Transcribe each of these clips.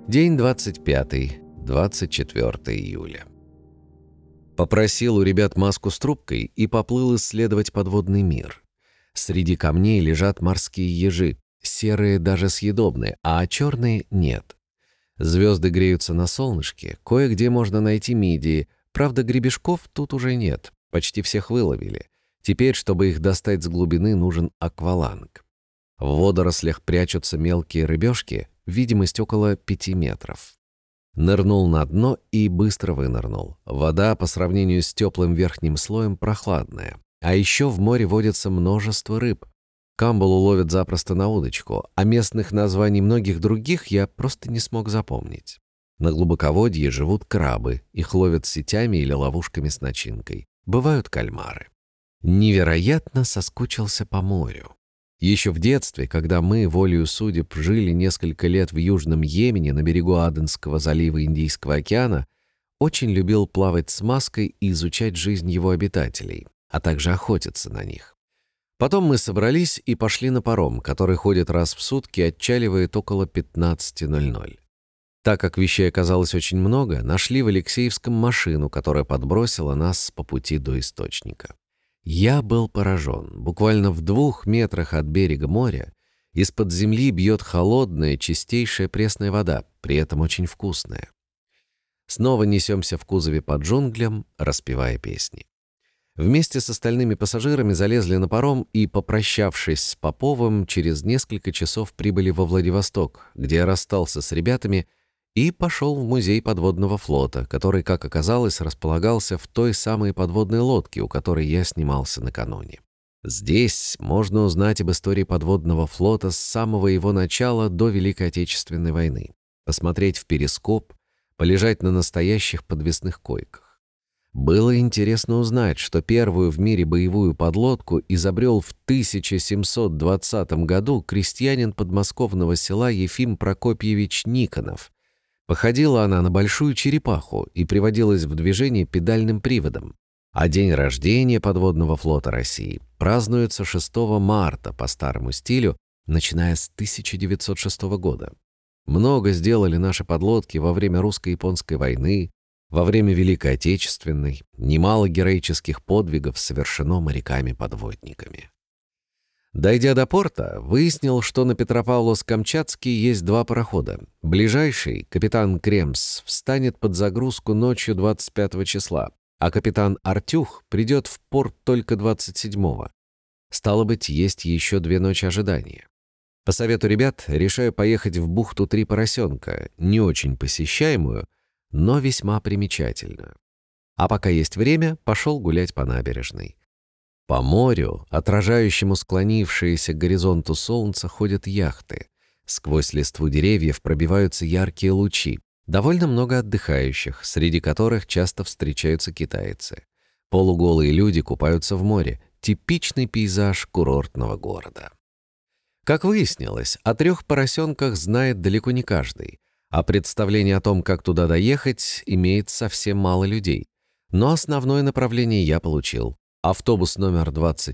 День 25, 24 июля. Попросил у ребят маску с трубкой и поплыл исследовать подводный мир. Среди камней лежат морские ежи, серые даже съедобные, а черные нет. Звезды греются на солнышке, кое-где можно найти мидии, правда гребешков тут уже нет, почти всех выловили. Теперь, чтобы их достать с глубины, нужен акваланг. В водорослях прячутся мелкие рыбешки, видимость около 5 метров. Нырнул на дно и быстро вынырнул. Вода по сравнению с теплым верхним слоем прохладная. А еще в море водится множество рыб. Камбалу ловят запросто на удочку, а местных названий многих других я просто не смог запомнить. На глубоководье живут крабы, их ловят сетями или ловушками с начинкой. Бывают кальмары. Невероятно соскучился по морю. Еще в детстве, когда мы, волею судеб, жили несколько лет в Южном Йемене на берегу Аденского залива Индийского океана, очень любил плавать с маской и изучать жизнь его обитателей, а также охотиться на них. Потом мы собрались и пошли на паром, который ходит раз в сутки и отчаливает около 15:00. Так как вещей оказалось очень много, нашли в Алексеевском машину, которая подбросила нас по пути до источника. Я был поражен. Буквально в 2 метрах от берега моря из-под земли бьет холодная, чистейшая пресная вода, при этом очень вкусная. Снова несемся в кузове по джунглям, распевая песни. Вместе с остальными пассажирами залезли на паром и, попрощавшись с Поповым, через несколько часов прибыли во Владивосток, где я расстался с ребятами и пошел в музей подводного флота, который, как оказалось, располагался в той самой подводной лодке, у которой я снимался накануне. Здесь можно узнать об истории подводного флота с самого его начала до Великой Отечественной войны, посмотреть в перископ, полежать на настоящих подвесных койках. Было интересно узнать, что первую в мире боевую подлодку изобрел в 1720 году крестьянин подмосковного села Ефим Прокопьевич Никонов. Походила она на большую черепаху и приводилась в движение педальным приводом. А день рождения подводного флота России празднуется 6 марта по старому стилю, начиная с 1906 года. Много сделали наши подлодки во время русско-японской войны, во время Великой Отечественной, немало героических подвигов совершено моряками-подводниками. Дойдя до порта, выяснил, что на Петропавловск-Камчатский есть 2 парохода. Ближайший, капитан Кремс, встанет под загрузку ночью 25 числа, а капитан Артюх придет в порт только 27-го. Стало быть, есть еще 2 ночи ожидания. По совету ребят, решаю поехать в бухту Три Поросенка, не очень посещаемую, но весьма примечательную. А пока есть время, пошел гулять по набережной. По морю, отражающему склонившееся к горизонту солнце, ходят яхты. Сквозь листву деревьев пробиваются яркие лучи. Довольно много отдыхающих, среди которых часто встречаются китайцы. Полуголые люди купаются в море. Типичный пейзаж курортного города. Как выяснилось, о 3 поросенках знает далеко не каждый, а представление о том, как туда доехать, имеет совсем мало людей. Но основное направление я получил. Автобус номер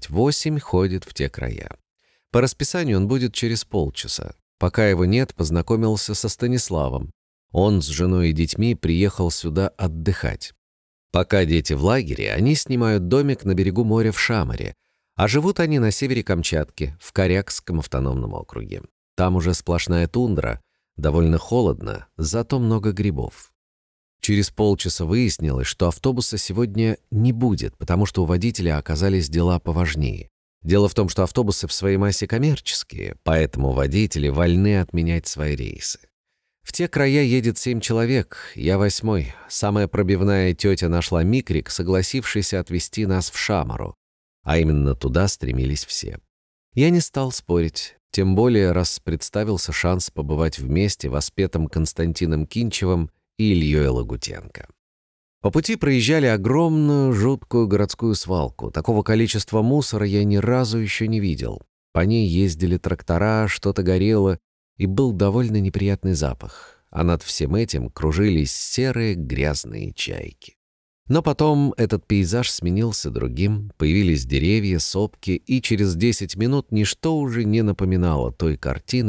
28 ходит в те края. По расписанию он будет через полчаса. Пока его нет, познакомился со Станиславом. Он с женой и детьми приехал сюда отдыхать. Пока дети в лагере, они снимают домик на берегу моря в Шамаре, а живут они на севере Камчатки, в Корякском автономном округе. Там уже сплошная тундра, довольно холодно, зато много грибов. Через полчаса выяснилось, что автобуса сегодня не будет, потому что у водителя оказались дела поважнее. Дело в том, что автобусы в своей массе коммерческие, поэтому водители вольны отменять свои рейсы. В те края едет 7 человек, я 8-й. Самая пробивная тетя нашла микрик, согласившийся отвезти нас в Шамару. А именно туда стремились все. Я не стал спорить, тем более, раз представился шанс побывать вместе воспетым Константином Кинчевым и Ильей Лагутенко. По пути проезжали огромную, жуткую городскую свалку. Такого количества мусора я ни разу еще не видел. По ней ездили трактора, что-то горело, и был довольно неприятный запах. А над всем этим кружились серые грязные чайки. Но потом этот пейзаж сменился другим, появились деревья, сопки, и через 10 минут ничто уже не напоминало той картины,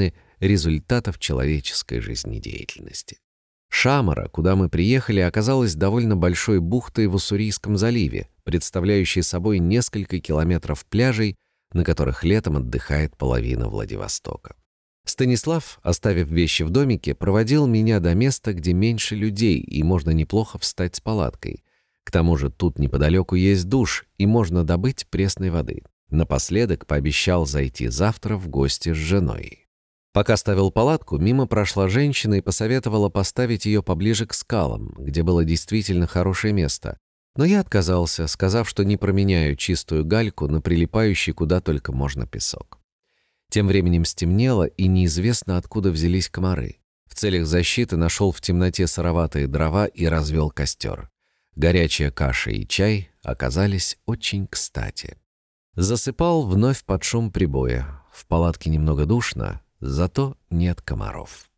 результатов человеческой жизнедеятельности. Шамара, куда мы приехали, оказалась довольно большой бухтой в Уссурийском заливе, представляющей собой несколько километров пляжей, на которых летом отдыхает половина Владивостока. Станислав, оставив вещи в домике, проводил меня до места, где меньше людей и можно неплохо встать с палаткой. К тому же тут неподалеку есть душ и можно добыть пресной воды. Напоследок пообещал зайти завтра в гости с женой. Пока ставил палатку, мимо прошла женщина и посоветовала поставить ее поближе к скалам, где было действительно хорошее место. Но я отказался, сказав, что не променяю чистую гальку на прилипающий куда только можно песок. Тем временем стемнело, и неизвестно, откуда взялись комары. В целях защиты нашел в темноте сыроватые дрова и развел костер. Горячая каша и чай оказались очень кстати. Засыпал вновь под шум прибоя. В палатке немного душно, зато нет комаров.